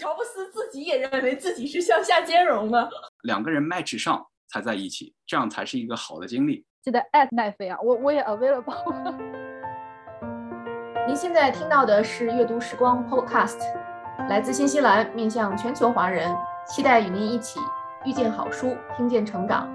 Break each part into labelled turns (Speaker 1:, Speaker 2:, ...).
Speaker 1: 乔布斯自己也认为自己是向下兼容的。
Speaker 2: 两个人 match 上才在一起，这样才是一个好的经历。
Speaker 3: 记得奈飞啊，我也 available。
Speaker 1: 您现在听到的是阅读时光 Podcast， 来自新西兰，面向全球华人，期待与您一起遇见好书，听见成长。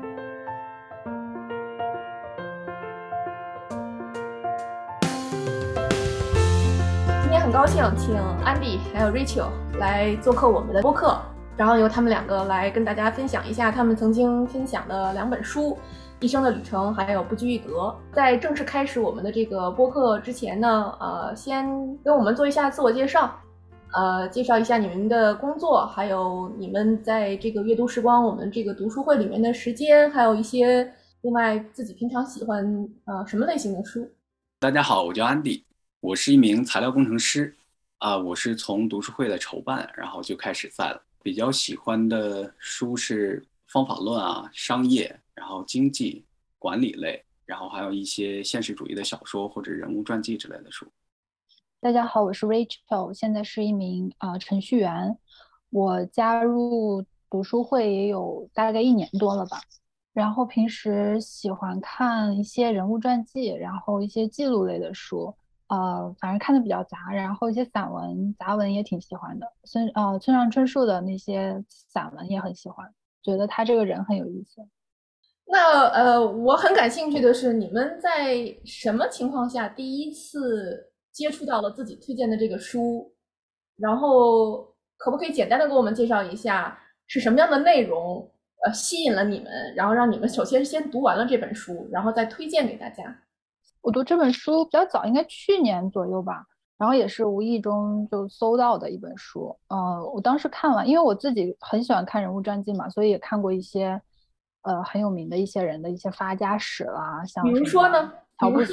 Speaker 1: 今天很高兴请 Andy 还有 Rachel 来做客我们的播客，然后由他们两个来跟大家分享一下他们曾经分享的2本书，一生的旅程还有不拘一格。在正式开始我们的这个播客之前呢，先跟我们做一下自我介绍，介绍一下你们的工作，还有你们在这个阅读时光我们这个读书会里面的时间，还有一些另外自己平常喜欢什么类型的书。
Speaker 2: 大家好，我叫 Andy， 我是一名材料工程师我是从读书会的筹办然后就开始在了。比较喜欢的书是方法论商业，然后经济管理类，然后还有一些现实主义的小说或者人物传记之类的书。
Speaker 3: 大家好，我是 Rachel， 现在是一名程序员。我加入读书会也有大概1年多了吧。然后平时喜欢看一些人物传记，然后一些记录类的书，反正看的比较杂，然后一些散文、杂文也挺喜欢的。村上春树的那些散文也很喜欢，觉得他这个人很有意思。
Speaker 1: 那我很感兴趣的是，你们在什么情况下第一次接触到了自己推荐的这个书？然后可不可以简单的给我们介绍一下是什么样的内容吸引了你们，然后让你们首先先读完了这本书，然后再推荐给大家？
Speaker 3: 我读这本书比较早，应该去年左右吧，然后也是无意中就搜到的一本书。我当时看完，因为我自己很喜欢看人物传记嘛，所以也看过一些很有名的一些人的一些发家史啦，像
Speaker 1: 比如说呢？
Speaker 3: 乔布斯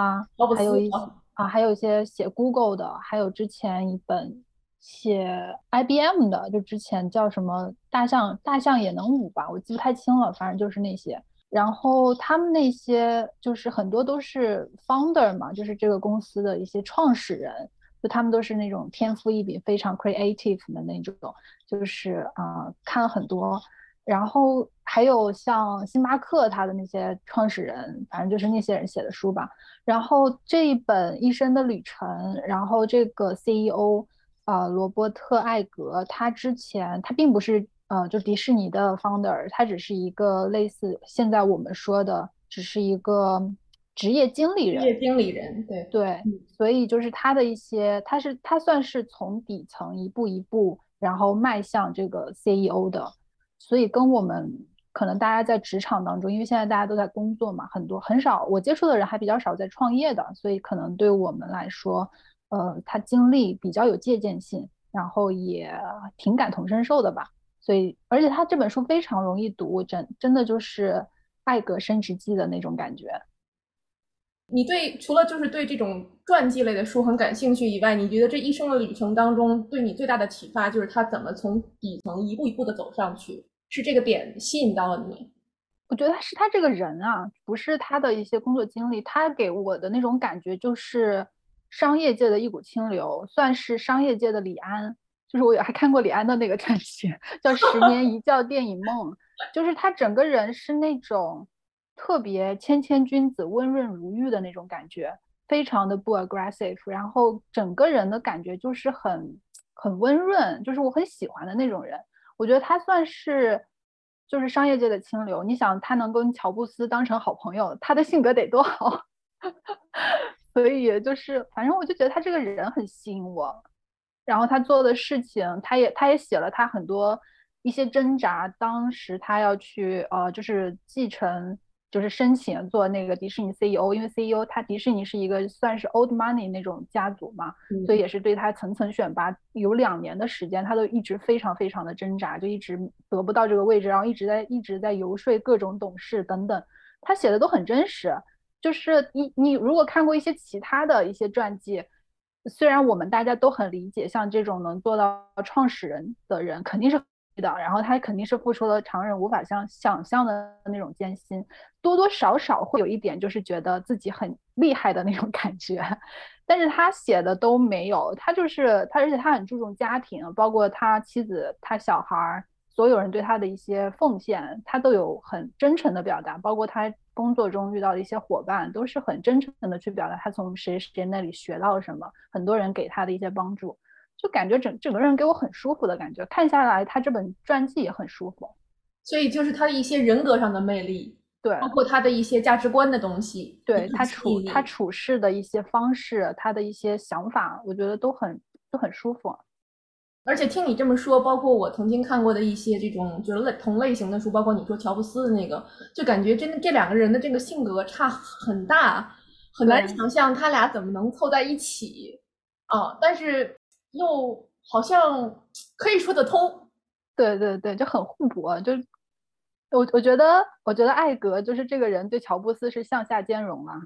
Speaker 3: 还有一些写 Google 的，还有之前一本写 IBM 的，就之前叫什么大象也能舞吧，我记不太清了，反正就是那些。然后他们那些就是很多都是 founder 嘛，就是这个公司的一些创始人，就他们都是那种天赋异禀、非常 creative 的那种，就是看了很多。然后还有像星巴克他的那些创始人，反正就是那些人写的书吧。然后这一本《一生的旅程》，然后这个 CEO罗伯特艾格，他之前他并不是就迪士尼的 founder， 他只是一个类似现在我们说的只是一个职业经理人。对，所以就是他的一些他算是从底层一步一步然后迈向这个 CEO 的。所以跟我们可能大家在职场当中，因为现在大家都在工作嘛，很少我接触的人还比较少在创业的，所以可能对我们来说他经历比较有借鉴性，然后也挺感同身受的吧。所以而且他这本书非常容易读，真的就是艾格升职记的那种感觉。
Speaker 1: 你除了就是对这种传记类的书很感兴趣以外，你觉得这一生的旅程当中对你最大的启发就是他怎么从底层一步一步的走上去，是这个点吸引到了你？
Speaker 3: 我觉得是他这个人啊，不是他的一些工作经历，他给我的那种感觉就是商业界的一股清流，算是商业界的李安。就是我还看过李安的那个传记，叫《10年一觉电影梦》，就是他整个人是那种特别谦谦君子、温润如玉的那种感觉，非常的不 aggressive， 然后整个人的感觉就是很温润，就是我很喜欢的那种人。我觉得他算是就是商业界的清流。你想他能跟乔布斯当成好朋友，他的性格得多好。所以就是反正我就觉得他这个人很吸引我，然后他做的事情他也写了他很多一些挣扎。当时他要去就是继承就是申请做那个迪士尼 CEO， 因为 CEO 他迪士尼是一个算是 old money 那种家族嘛，所以也是对他层层选拔，有2年的时间他都一直非常非常的挣扎，就一直得不到这个位置，然后一直在游说各种董事等等。他写的都很真实，就是你如果看过一些其他的一些传记，虽然我们大家都很理解，像这种能做到创始人的人肯定是的，然后他肯定是付出了常人无法想象的那种艰辛，多多少少会有一点就是觉得自己很厉害的那种感觉，但是他写的都没有，他就是他，而且他很注重家庭，包括他妻子、他小孩，所有人对他的一些奉献，他都有很真诚的表达，包括他工作中遇到的一些伙伴，都是很真诚的去表达他从谁谁那里学到了什么，很多人给他的一些帮助。就感觉整个人给我很舒服的感觉，看下来他这本传记也很舒服。
Speaker 1: 所以就是他的一些人格上的魅力，
Speaker 3: 对，
Speaker 1: 包括他的一些价值观的东西，
Speaker 3: 对他处事的一些方式，他的一些想法，我觉得都很舒服。
Speaker 1: 而且听你这么说，包括我曾经看过的一些这种就是同类型的书，包括你说乔布斯的那个，就感觉真的这两个人的这个性格差很大，很难想象他俩怎么能凑在一起啊！但是又好像可以说得通。
Speaker 3: 对对对，就很互补。就我觉得艾格就是这个人对乔布斯是向下兼容啊，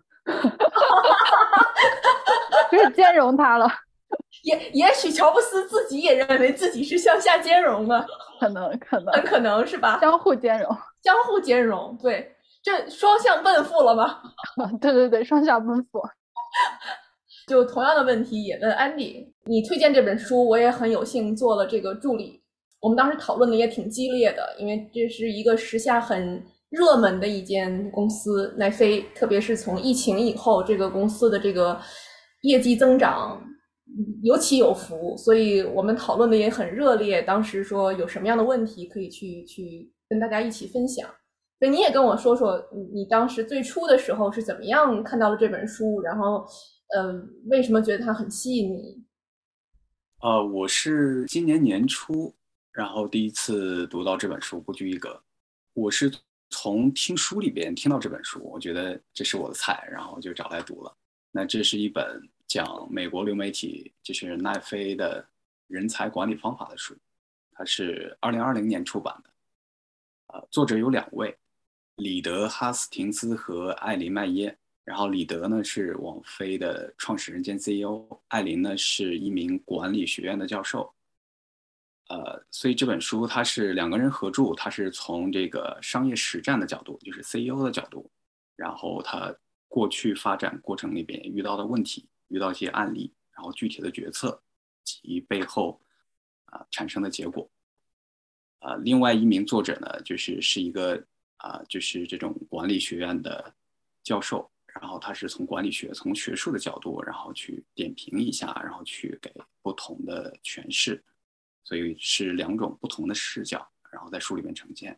Speaker 3: 就是兼容他了。
Speaker 1: 也许乔布斯自己也认为自己是向下兼容的，很可能是吧？
Speaker 3: 相互兼容，
Speaker 1: 对，这双向奔赴了吧？
Speaker 3: 对对对，双向奔赴。
Speaker 1: 就同样的问题也问安迪，你推荐这本书，我也很有幸做了这个助理。我们当时讨论的也挺激烈的，因为这是一个时下很热门的一间公司，奈飞，特别是从疫情以后，这个公司的这个业绩增长有起有伏，所以我们讨论的也很热烈。当时说有什么样的问题可以去跟大家一起分享。所以你也跟我说说，你当时最初的时候是怎么样看到了这本书，然后为什么觉得它很吸引你？
Speaker 2: 我是今年年初，然后第一次读到这本书《不拘一格》。我是从听书里边听到这本书，我觉得这是我的菜，然后就找来读了。那这是一本讲美国流媒体，就是奈飞的人才管理方法的书，它是2020年出版的。作者有2位，里德·哈斯廷斯和艾琳·麦耶。然后里德呢是网飞的创始人兼 CEO， 艾琳呢是一名管理学院的教授。所以这本书它是2个人合著，它是从这个商业实战的角度，就是 CEO 的角度，然后他过去发展过程里边遇到的问题，遇到一些案例，然后具体的决策及背后产生的结果。另外一名作者呢，是一个就是这种管理学院的教授，然后他是从管理学、从学术的角度，然后去点评一下，然后去给不同的诠释，所以是2种不同的视角，然后在书里面呈现。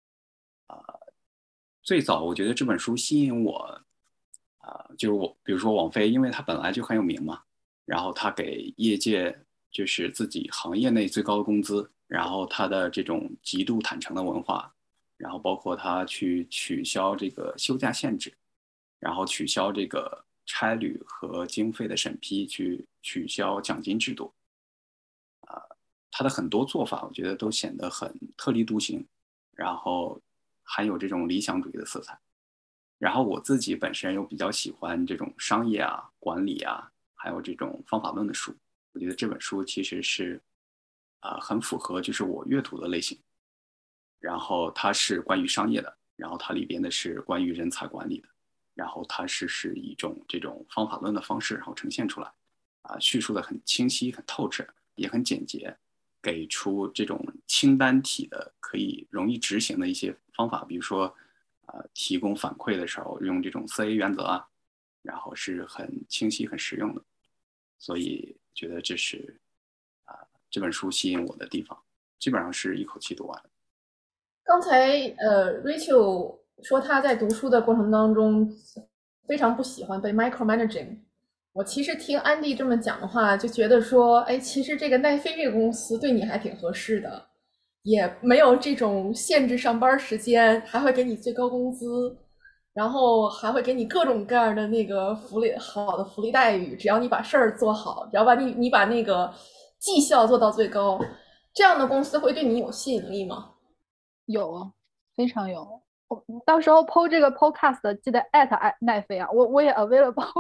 Speaker 2: 最早我觉得这本书吸引我，就是比如说网飞，因为它本来就很有名嘛，然后它给业界就是自己行业内最高的工资，然后它的这种极度坦诚的文化，然后包括它去取消这个休假限制，然后取消这个差旅和经费的审批，去取消奖金制度，它的很多做法我觉得都显得很特立独行，然后含有这种理想主义的色彩。然后我自己本身又比较喜欢这种商业啊、管理啊，还有这种方法论的书，我觉得这本书其实是很符合就是我阅读的类型。然后它是关于商业的，然后它里边的是关于人才管理的，然后它是以这种方法论的方式然后呈现出来，叙述的很清晰、很透彻，也很简洁，给出这种清单体的可以容易执行的一些方法，比如说提供反馈的时候用这种4A 原则啊，然后是很清晰、很实用的，所以觉得这是这本书吸引我的地方，基本上是一口气读完了。
Speaker 1: 刚才Rachel 说她在读书的过程当中非常不喜欢被 micromanaging。我其实听安迪这么讲的话，就觉得说，哎，其实这个奈飞这个公司对你还挺合适的，也没有这种限制上班时间，还会给你最高工资，然后还会给你各种各样的那个好的福利待遇，只要你把事儿做好，只要你把那个绩效做到最高，这样的公司会对你有吸引力吗？
Speaker 3: 有，非常有。到时候 PO 这个 podcast 记得@奈飞啊，我也 available。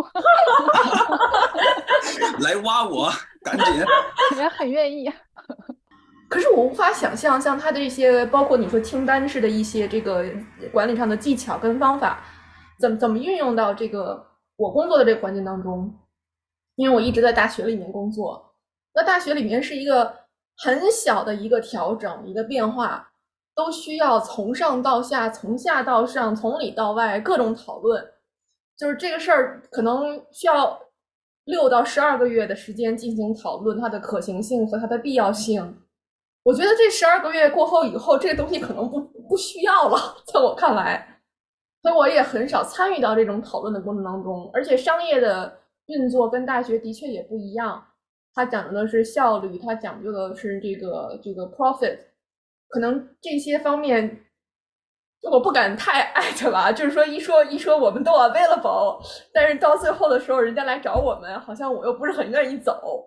Speaker 2: 来挖我，赶紧。
Speaker 3: 也很愿意。
Speaker 1: 可是我无法想象，像他的这些，包括你说清单式的一些这个管理上的技巧跟方法，怎么运用到这个我工作的这个环境当中？因为我一直在大学里面工作，那大学里面是一个很小的一个调整、一个变化，都需要从上到下、从下到上、从里到外各种讨论。就是这个事儿可能需要6到12个月的时间进行讨论它的可行性和它的必要性。我觉得这12个月过后以后，这个东西可能不需要了，在我看来，所以我也很少参与到这种讨论的过程当中。而且商业的运作跟大学的确也不一样，它讲究的是效率，它讲究的是这个 profit， 可能这些方面我不敢太艾特吧，就是说一说我们都 available， 但是到最后的时候人家来找我们，好像我又不是很愿意走，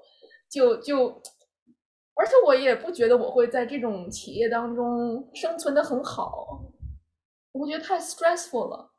Speaker 1: 而且我也不觉得我会在这种企业当中生存的很好，我觉得太 stressful 了。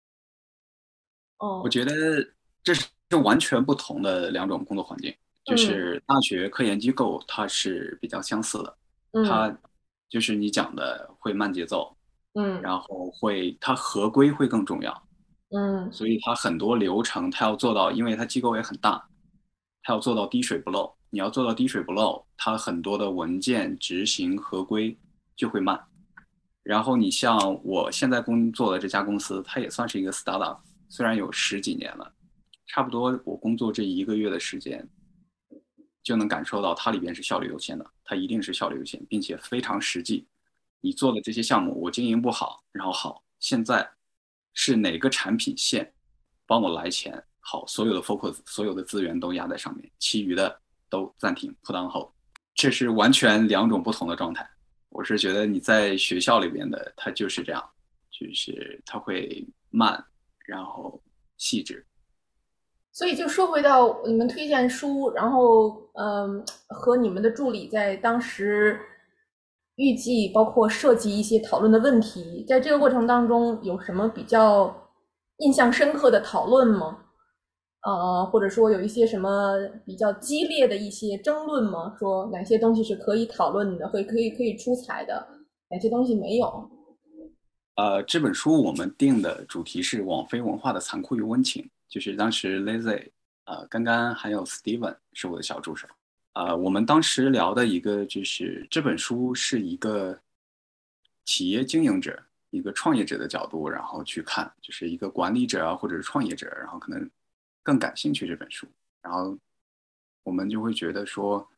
Speaker 2: 我觉得这是完全不同的两种工作环境，就是大学科研机构它是比较相似的，它就是你讲的会慢节奏，然后它合规会更重要，所以它很多流程它要做到，因为它机构也很大，它要做到滴水不漏。你要做到滴水不漏，它很多的文件执行合规就会慢。然后你像我现在工作的这家公司，它也算是一个 startup， 虽然有10几年了，差不多我工作这1个月的时间，就能感受到它里边是效率有限的，它一定是效率有限，并且非常实际。你做的这些项目，我经营不好，然后好，现在是哪个产品线帮我来钱，好，所有的 focus， 所有的资源都压在上面，其余的都暂停 put on hold， 这是完全2种不同的状态。我是觉得你在学校里边的，它就是这样，就是它会慢，然后细致。
Speaker 1: 所以就说回到你们推荐书，然后和你们的助理在当时预计包括设计一些讨论的问题，在这个过程当中有什么比较印象深刻的讨论吗？或者说有一些什么比较激烈的一些争论吗？说哪些东西是可以讨论的，可以出彩的，哪些东西没有？
Speaker 2: 这本书我们定的主题是网飞文化的残酷与温情，就是当时 Lazy，刚刚还有 Steven 是我的小助手，我们当时聊的一个就是这本书是一个企业经营者、一个创业者的角度，然后去看，就是一个管理者啊或者是创业者，然后可能更感兴趣这本书，然后我们就会觉得说，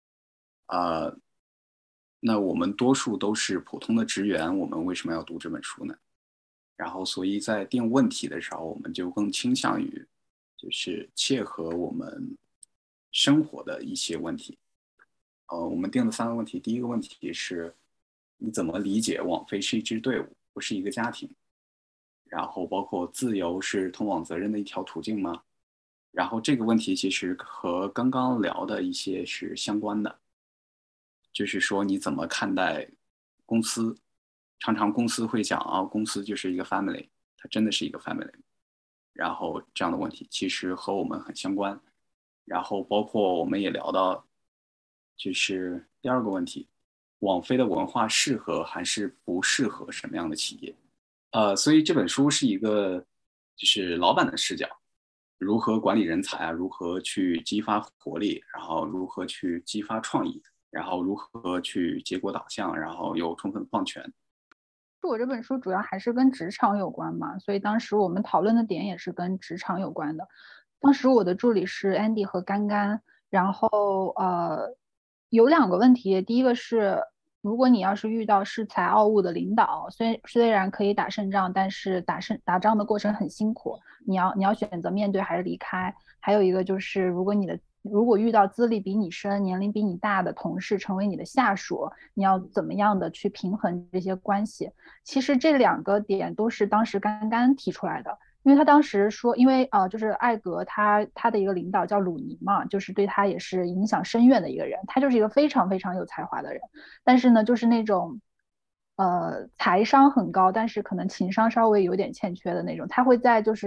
Speaker 2: 那我们多数都是普通的职员，我们为什么要读这本书呢？然后，所以在定问题的时候，我们就更倾向于就是切合我们生活的一些问题。我们定了3个问题。第一个问题是，你怎么理解网飞是一支队伍，不是一个家庭？然后包括自由是通往责任的一条途径吗？然后这个问题其实和刚刚聊的一些是相关的。就是说你怎么看待公司？常常公司会讲啊，公司就是一个 family， 它真的是一个 family。然后这样的问题其实和我们很相关。然后包括我们也聊到，就是第2个问题，网飞的文化适合还是不适合什么样的企业？所以这本书是一个就是老板的视角，如何管理人才啊，如何去激发活力，然后如何去激发创意。然后如何去结果导向，然后又充分放权。
Speaker 3: 我这本书主要还是跟职场有关嘛，所以当时我们讨论的点也是跟职场有关的。当时我的助理是 Andy 和干干，然后有2个问题，第一个是如果你要是遇到恃才傲物的领导，虽然可以打胜仗，但是打仗的过程很辛苦，你要选择面对还是离开。还有一个就是如果遇到资历比你深、年龄比你大的同事成为你的下属，你要怎么样的去平衡这些关系？其实这2个点都是当时刚刚提出来的，因为他当时说，因为就是艾格他的一个领导叫鲁尼嘛，就是对他也是影响深远的一个人，他就是一个非常非常有才华的人，但是呢，就是那种财商很高，但是可能情商稍微有点欠缺的那种，他会在就是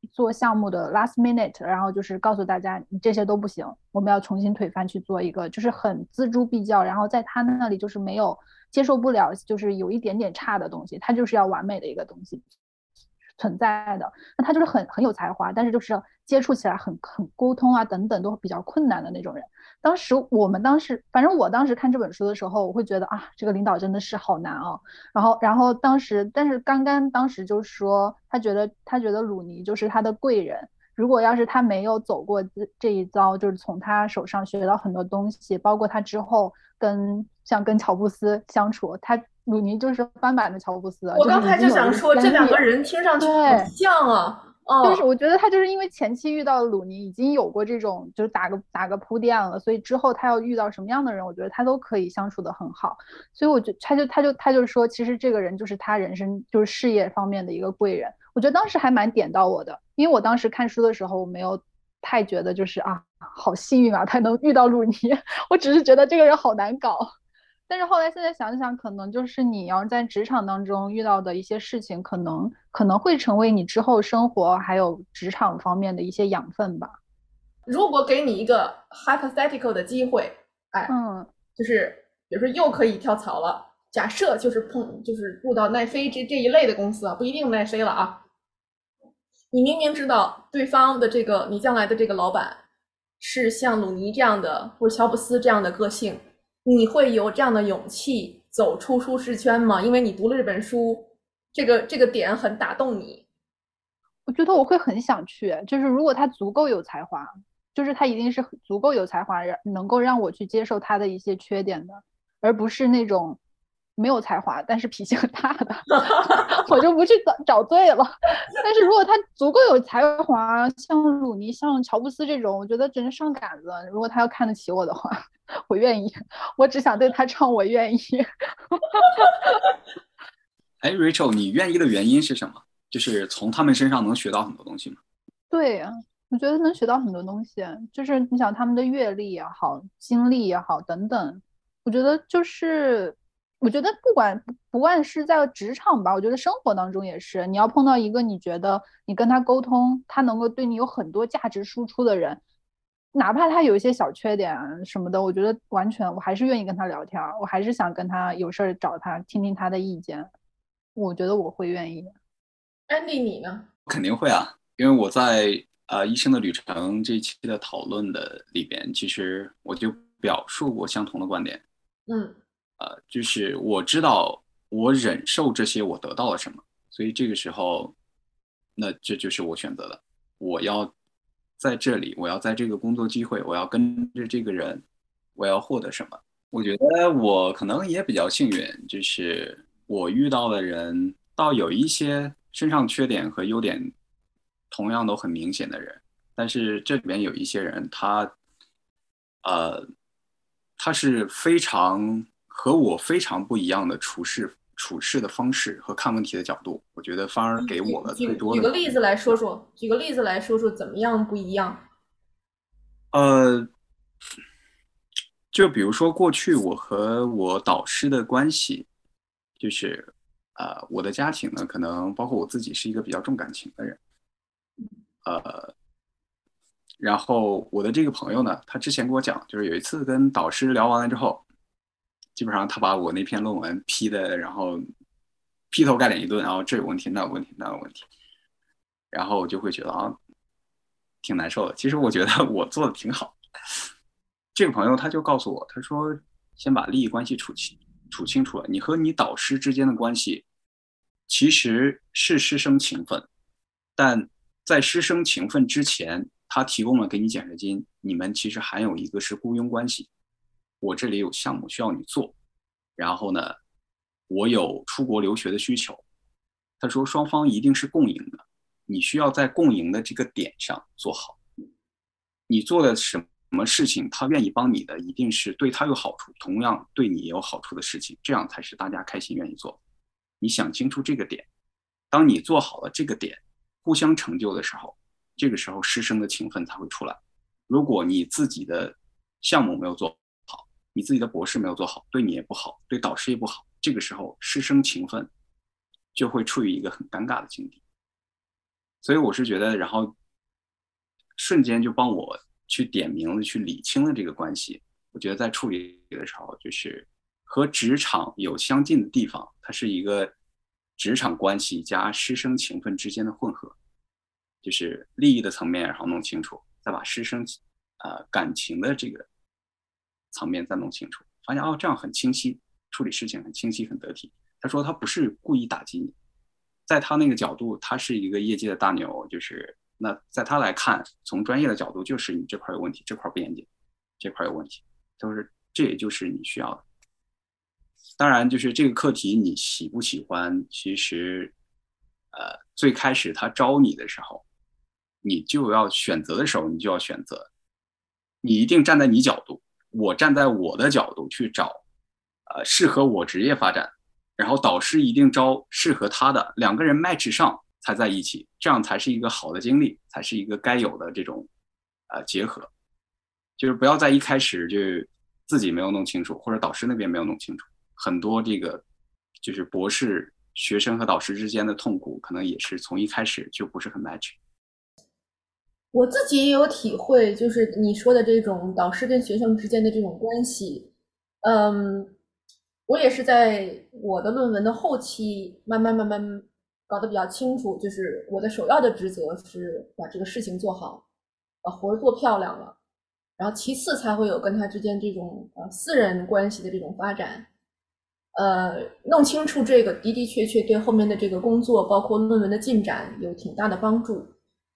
Speaker 3: 做项目的 last minute，然后就是告诉大家你这些都不行，我们要重新推翻去做一个，就是很锱铢必较，然后在他那里就是没有接受不了，就是有一点点差的东西，他就是要完美的一个东西存在的。那他就是很有才华，但是就是接触起来很沟通啊等等都比较困难的那种人。反正我当时看这本书的时候，我会觉得啊，这个领导真的是好难哦。然后但是刚刚当时就说他觉得鲁尼就是他的贵人，如果要是他没有走过这一遭，就是从他手上学到很多东西，包括他之后跟乔布斯相处，鲁尼就是翻版的乔布斯。
Speaker 1: 我刚才就想说，这两个人听上去好像啊。
Speaker 3: 就是我觉得他就是因为前期遇到了鲁尼，已经有过这种就是打个铺垫了，所以之后他要遇到什么样的人，我觉得他都可以相处的很好。所以我觉得他就说，其实这个人就是他人生就是事业方面的一个贵人。我觉得当时还蛮点到我的，因为我当时看书的时候，我没有太觉得就是啊好幸运啊，他能遇到鲁尼，我只是觉得这个人好难搞。但是后来现在想想，可能就是你要在职场当中遇到的一些事情，可能会成为你之后生活还有职场方面的一些养分吧。
Speaker 1: 如果给你一个 hypothetical 的机会，就是比如说又可以跳槽了，假设就是入到奈飞这一类的公司啊，不一定奈飞了啊。你明明知道对方的这个你将来的这个老板是像鲁尼这样的，或者乔布斯这样的个性，你会有这样的勇气走出舒适圈吗？因为你读了这本书，这个点很打动你。
Speaker 3: 我觉得我会很想去，就是如果他足够有才华，就是他一定是足够有才华，能够让我去接受他的一些缺点的，而不是那种没有才华但是脾气很大的，我就不去找对了。但是如果他足够有才华，像鲁尼、像乔布斯这种，我觉得真是上杆子。如果他要看得起我的话，我愿意。我只想对他唱，我愿意。
Speaker 2: 哎，Rachel，你愿意的原因是什么？就是从他们身上能学到很多东西吗？
Speaker 3: 对呀，我觉得能学到很多东西，就是你想他们的阅历也好，经历也好等等，我觉得不管是在职场吧，我觉得生活当中也是，你要碰到一个你觉得你跟他沟通，他能够对你有很多价值输出的人，哪怕他有一些小缺点什么的，我觉得完全我还是愿意跟他聊天，我还是想跟他有事儿找他听听他的意见，我觉得我会愿意。
Speaker 1: Andy，你呢？
Speaker 2: 肯定会啊，因为我在医生的旅程这一期的讨论的里边，其实我就表述过相同的观点。就是我知道我忍受这些，我得到了什么，所以这个时候，那这就是我选择的。我要在这里，我要在这个工作机会，我要跟着这个人，我要获得什么？我觉得我可能也比较幸运，就是我遇到的人，倒有一些身上缺点和优点同样都很明显的人，但是这里边有一些人，他是非常和我非常不一样的处事的方式和看问题的角度，我觉得反而给我了最多的。
Speaker 1: 举个例子来说说，怎么样不一样？
Speaker 2: 就比如说过去我和我导师的关系，就是我的家庭呢，可能包括我自己是一个比较重感情的人，然后我的这个朋友呢，他之前跟我讲，就是有一次跟导师聊完了之后，基本上他把我那篇论文批的，然后劈头盖脸一顿，然后这有问题那有问题那有问题，然后我就会觉得啊，挺难受的。其实我觉得我做的挺好。这个朋友他就告诉我，他说先把利益关系处清楚了，你和你导师之间的关系其实是师生情分，但在师生情分之前，他提供了给你奖学金，你们其实还有一个是雇佣关系。我这里有项目需要你做，然后呢，我有出国留学的需求。他说双方一定是共赢的，你需要在共赢的这个点上做好。你做的什么事情，他愿意帮你的，一定是对他有好处，同样对你也有好处的事情，这样才是大家开心愿意做。你想清楚这个点，当你做好了这个点，互相成就的时候，这个时候师生的情分才会出来。如果你自己的项目没有做好，你自己的博士没有做好，对你也不好，对导师也不好，这个时候师生情分就会处于一个很尴尬的境地。 所以我是觉得，然后瞬间就帮我去点明了、去理清了这个关系。我觉得在处理的时候，就是和职场有相近的地方，它是一个职场关系加师生情分之间的混合，就是利益的层面，然后弄清楚，再把师生感情的这个层面再弄清楚，发现哦这样很清晰，处理事情很清晰很得体。他说他不是故意打击你，在他那个角度，他是一个业界的大牛，就是那在他来看，从专业的角度，就是你这块有问题，这块不严谨，这块有问题，就是这也就是你需要的。当然，就是这个课题你喜不喜欢，其实最开始他招你的时候，你就要选择的时候，你就要选择，你一定站在你角度，我站在我的角度去找适合我职业发展，然后导师一定招适合他的，两个人 match 上才在一起，这样才是一个好的经历，才是一个该有的这种结合。就是不要在一开始就自己没有弄清楚，或者导师那边没有弄清楚，很多这个就是博士学生和导师之间的痛苦，可能也是从一开始就不是很 match。
Speaker 1: 我自己也有体会，就是你说的这种导师跟学生之间的这种关系，我也是在我的论文的后期慢慢搞得比较清楚，就是我的首要的职责是把这个事情做好，把活做漂亮了，然后其次才会有跟他之间这种私人关系的这种发展。弄清楚这个的的确确对后面的这个工作，包括论文的进展有挺大的帮助。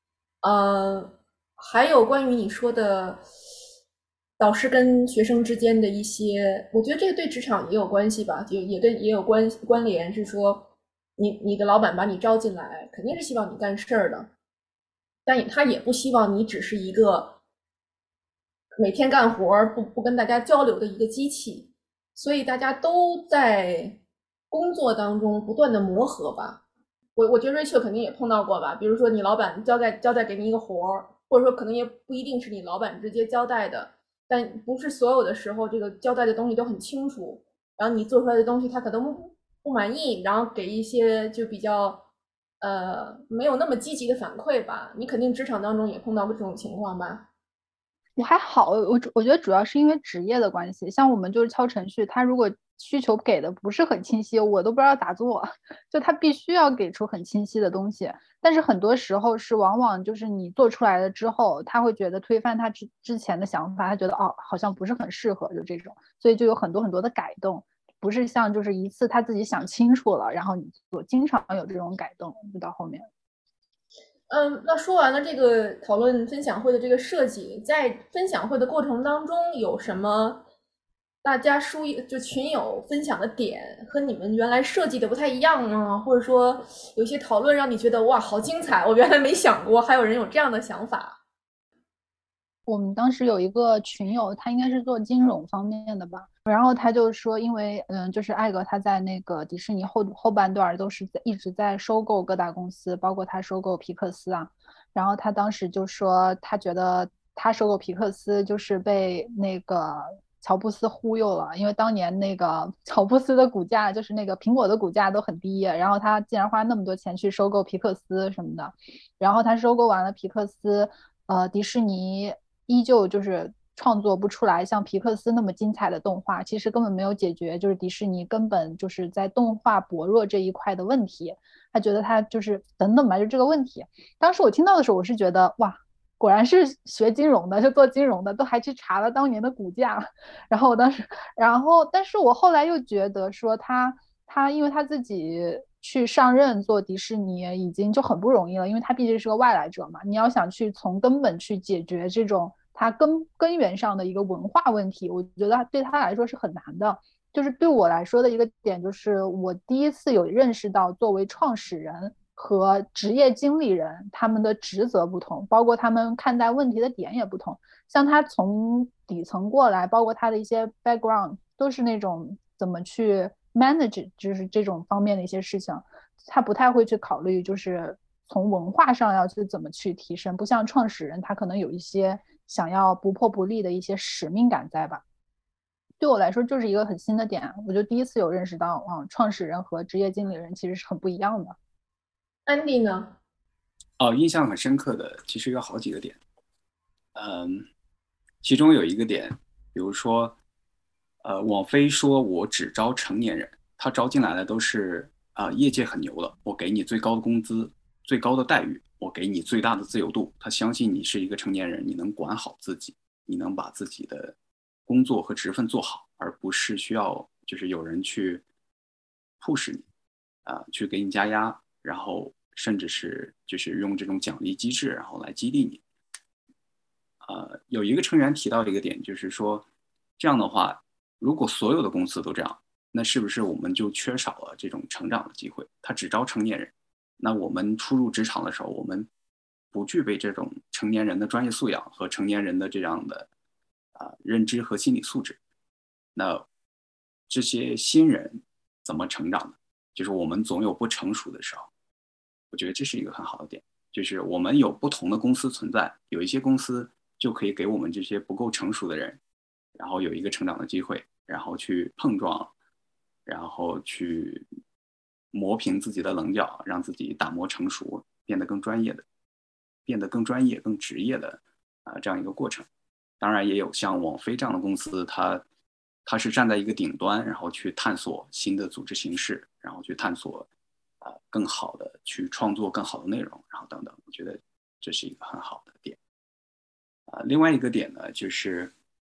Speaker 1: 还有关于你说的导师跟学生之间的一些，我觉得这个对职场也有关系吧，也有关联，是说你的老板把你招进来，肯定是希望你干事儿的，但他也不希望你只是一个每天干活不跟大家交流的一个机器，所以大家都在工作当中不断的磨合吧。我觉得 Rachel 肯定也碰到过吧，比如说你老板交代给你一个活儿，或者说可能也不一定是你老板直接交代的，但不是所有的时候这个交代的东西都很清楚，然后你做出来的东西他可能不满意，然后给一些就比较没有那么积极的反馈吧。你肯定职场当中也碰到过这种情况吧？
Speaker 3: 我还好，我觉得主要是因为职业的关系，像我们就是敲程序，他如果需求给的不是很清晰，我都不知道咋做，就他必须要给出很清晰的东西。但是很多时候是往往就是你做出来了之后，他会觉得推翻他之前的想法，他觉得哦好像不是很适合，就这种，所以就有很多很多的改动，不是像就是一次他自己想清楚了，然后你做，经常有这种改动，就到后面。
Speaker 1: 那说完了这个讨论分享会的这个设计，在分享会的过程当中有什么大家就群友分享的点和你们原来设计的不太一样吗？或者说有些讨论让你觉得哇好精彩，我原来没想过还有人有这样的想法。
Speaker 3: 我们当时有一个群友，他应该是做金融方面的吧，然后他就说，因为就是艾格他在那个迪士尼后半段都是一直在收购各大公司，包括他收购皮克斯啊，然后他当时就说，他觉得他收购皮克斯就是被那个乔布斯忽悠了，因为当年那个乔布斯的股价就是那个苹果的股价都很低，然后他竟然花那么多钱去收购皮克斯什么的，然后他收购完了皮克斯，迪士尼依旧就是创作不出来像皮克斯那么精彩的动画，其实根本没有解决就是迪士尼根本就是在动画薄弱这一块的问题，他觉得他就是等等吧，就这个问题。当时我听到的时候，我是觉得哇，果然是学金融的，是做金融的，都还去查了当年的股价。然后我当时，但是我后来又觉得说他因为他自己去上任做迪士尼已经就很不容易了，因为他毕竟是个外来者嘛，你要想去从根本去解决这种他根源上的一个文化问题，我觉得对他来说是很难的。就是对我来说的一个点，就是我第一次有认识到作为创始人和职业经理人他们的职责不同，包括他们看待问题的点也不同。像他从底层过来，包括他的一些 background 都是那种怎么去 manage 就是这种方面的一些事情，他不太会去考虑就是从文化上要去怎么去提升，不像创始人他可能有一些想要不破不立的一些使命感在吧。对我来说就是一个很新的点，我就第一次有认识到创始人和职业经理人其实是很不一样的。
Speaker 1: 安迪呢？
Speaker 2: 印象很深刻的其实有好几个点。其中有一个点，比如说，网飞说我只招成年人，他招进来的都是业界很牛的，我给你最高的工资、最高的待遇，我给你最大的自由度。他相信你是一个成年人，你能管好自己，你能把自己的工作和职分做好，而不是需要就是有人去 push 你，去给你加压，然后甚至是就是用这种奖励机制，然后来激励你。有一个成员提到一个点，就是说，这样的话，如果所有的公司都这样，那是不是我们就缺少了这种成长的机会？他只招成年人，那我们初入职场的时候，我们不具备这种成年人的专业素养和成年人的这样的认知和心理素质，那这些新人怎么成长呢？就是我们总有不成熟的时候，我觉得这是一个很好的点，就是我们有不同的公司存在，有一些公司就可以给我们这些不够成熟的人，然后有一个成长的机会，然后去碰撞，然后去磨平自己的棱角，让自己打磨成熟，变得更专业的，变得更专业、更职业的这样一个过程。当然，也有像网飞这样的公司，它是站在一个顶端，然后去探索新的组织形式，然后去探索更好的去创作更好的内容，然后等等。我觉得这是一个很好的点。另外一个点呢，就是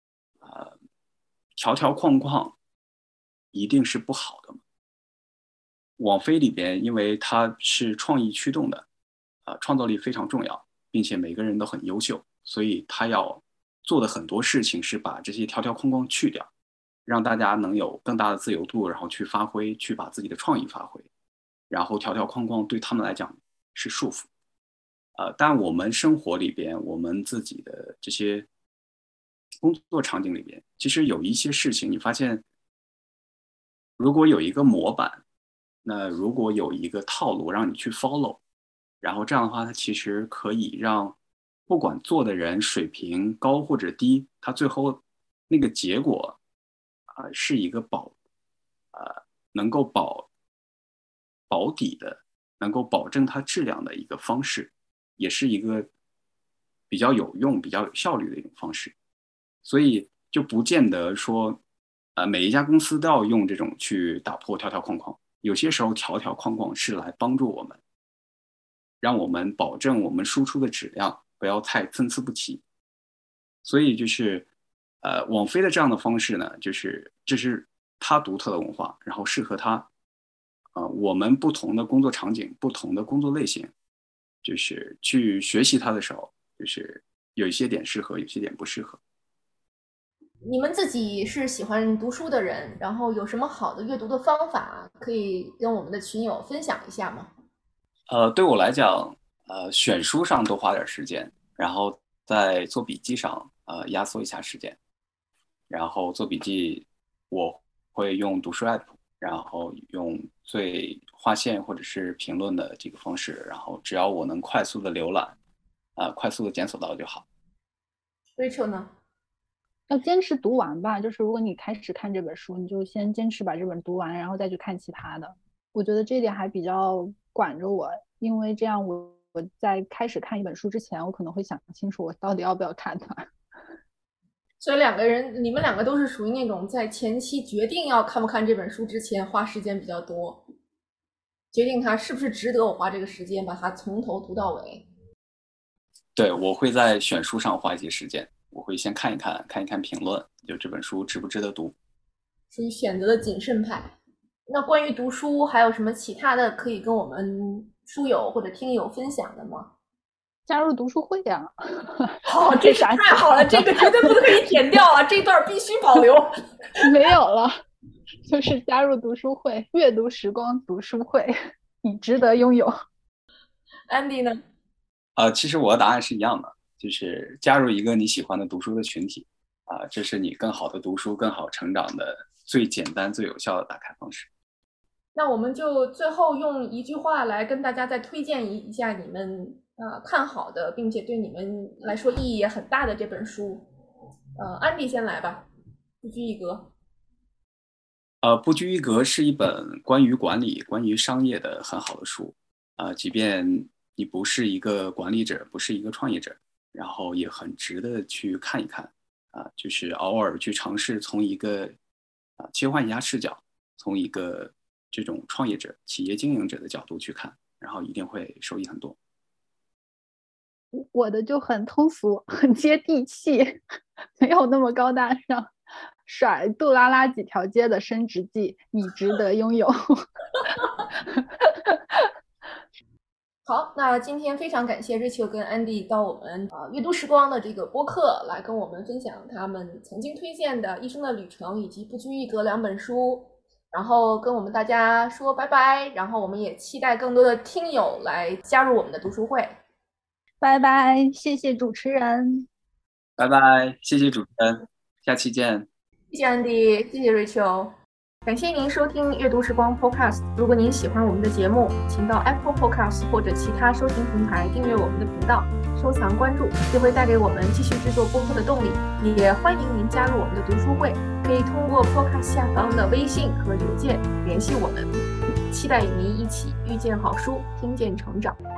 Speaker 2: 条条框框一定是不好的嘛。网飞里边，因为它是创意驱动的，创造力非常重要，并且每个人都很优秀，所以它要做的很多事情是把这些条条框框去掉，让大家能有更大的自由度，然后去发挥，去把自己的创意发挥。然后条条框框对他们来讲是束缚。但我们生活里边，我们自己的这些工作场景里边，其实有一些事情，你发现，如果有一个模板，那如果有一个套路让你去 follow，然后这样的话，它其实可以让不管做的人水平高或者低，他最后那个结果是一个能够保底的，能够保证它质量的一个方式，也是一个比较有用、比较有效率的一种方式。所以就不见得说，每一家公司都要用这种去打破条条框框。有些时候条条框框是来帮助我们，让我们保证我们输出的质量不要太参差不齐。所以就是网飞的这样的方式呢，就是这是它独特的文化，然后适合它。我们不同的工作场景、不同的工作类型，就是去学习它的时候，就是有一些点适合，有些点不适合。
Speaker 1: 你们自己是喜欢读书的人，然后有什么好的阅读的方法可以跟我们的群友分享一下吗？
Speaker 2: 对我来讲，选书上多花点时间，然后在做笔记上，压缩一下时间。然后做笔记，我会用读书 app，然后用最划线或者是评论的这个方式，然后只要我能快速的浏览，快速的检索到就好。
Speaker 1: Rachel 呢？
Speaker 3: 要坚持读完吧，就是如果你开始看这本书，你就先坚持把这本读完，然后再去看其他的。我觉得这一点还比较管着我，因为这样我在开始看一本书之前，我可能会想清楚我到底要不要看它。
Speaker 1: 所以你们两个都是属于那种在前期决定要看不看这本书之前花时间比较多，决定它是不是值得我花这个时间把它从头读到尾。
Speaker 2: 对，我会在选书上花一些时间，我会先看一看评论，就这本书值不值得读。
Speaker 1: 属于选择的谨慎派。那关于读书还有什么其他的可以跟我们书友或者听友分享的吗？
Speaker 3: 加入读书会呀！
Speaker 1: 好，这是太好了，这个绝对不可以剪掉啊，这段必须保留。
Speaker 3: 没有了，就是加入读书会，阅读时光读书会，你值得拥有。
Speaker 1: Andy 呢？
Speaker 2: 其实我的答案是一样的，就是加入一个你喜欢的读书的群体，这是你更好的读书、更好成长的最简单、最有效的打开方式。
Speaker 1: 那我们就最后用一句话来跟大家再推荐一下你们看好的，并且对你们来说意义也很大的这本书。Andy 先来吧，不拘一格。
Speaker 2: 不拘一格是一本关于管理、关于商业的很好的书。即便你不是一个管理者，不是一个创业者，然后也很值得去看一看就是偶尔去尝试从一个切换一下视角，从一个这种创业者、企业经营者的角度去看，然后一定会收益很多。
Speaker 3: 我的就很通俗，很接地气，没有那么高大上，甩杜拉拉几条街的升职记，你值得拥有。
Speaker 1: 好，那今天非常感谢 Rachel 跟 Andy 到我们阅读时光的这个播客来跟我们分享他们曾经推荐的《一生的旅程》以及《不拘一格》2本书，然后跟我们大家说拜拜，然后我们也期待更多的听友来加入我们的读书会。
Speaker 3: 拜拜，谢谢主持人。
Speaker 2: 拜拜，谢谢主持人，下期见。
Speaker 1: 谢谢 Andy， 谢谢 Rachel。感谢您收听阅读时光 Podcast。如果您喜欢我们的节目，请到 Apple Podcast 或者其他收听平台订阅我们的频道，收藏关注，这会带给我们继续制作播客的动力。也欢迎您加入我们的读书会，可以通过 Podcast 下方的微信和邮件联系我们。期待与您一起遇见好书，听见成长。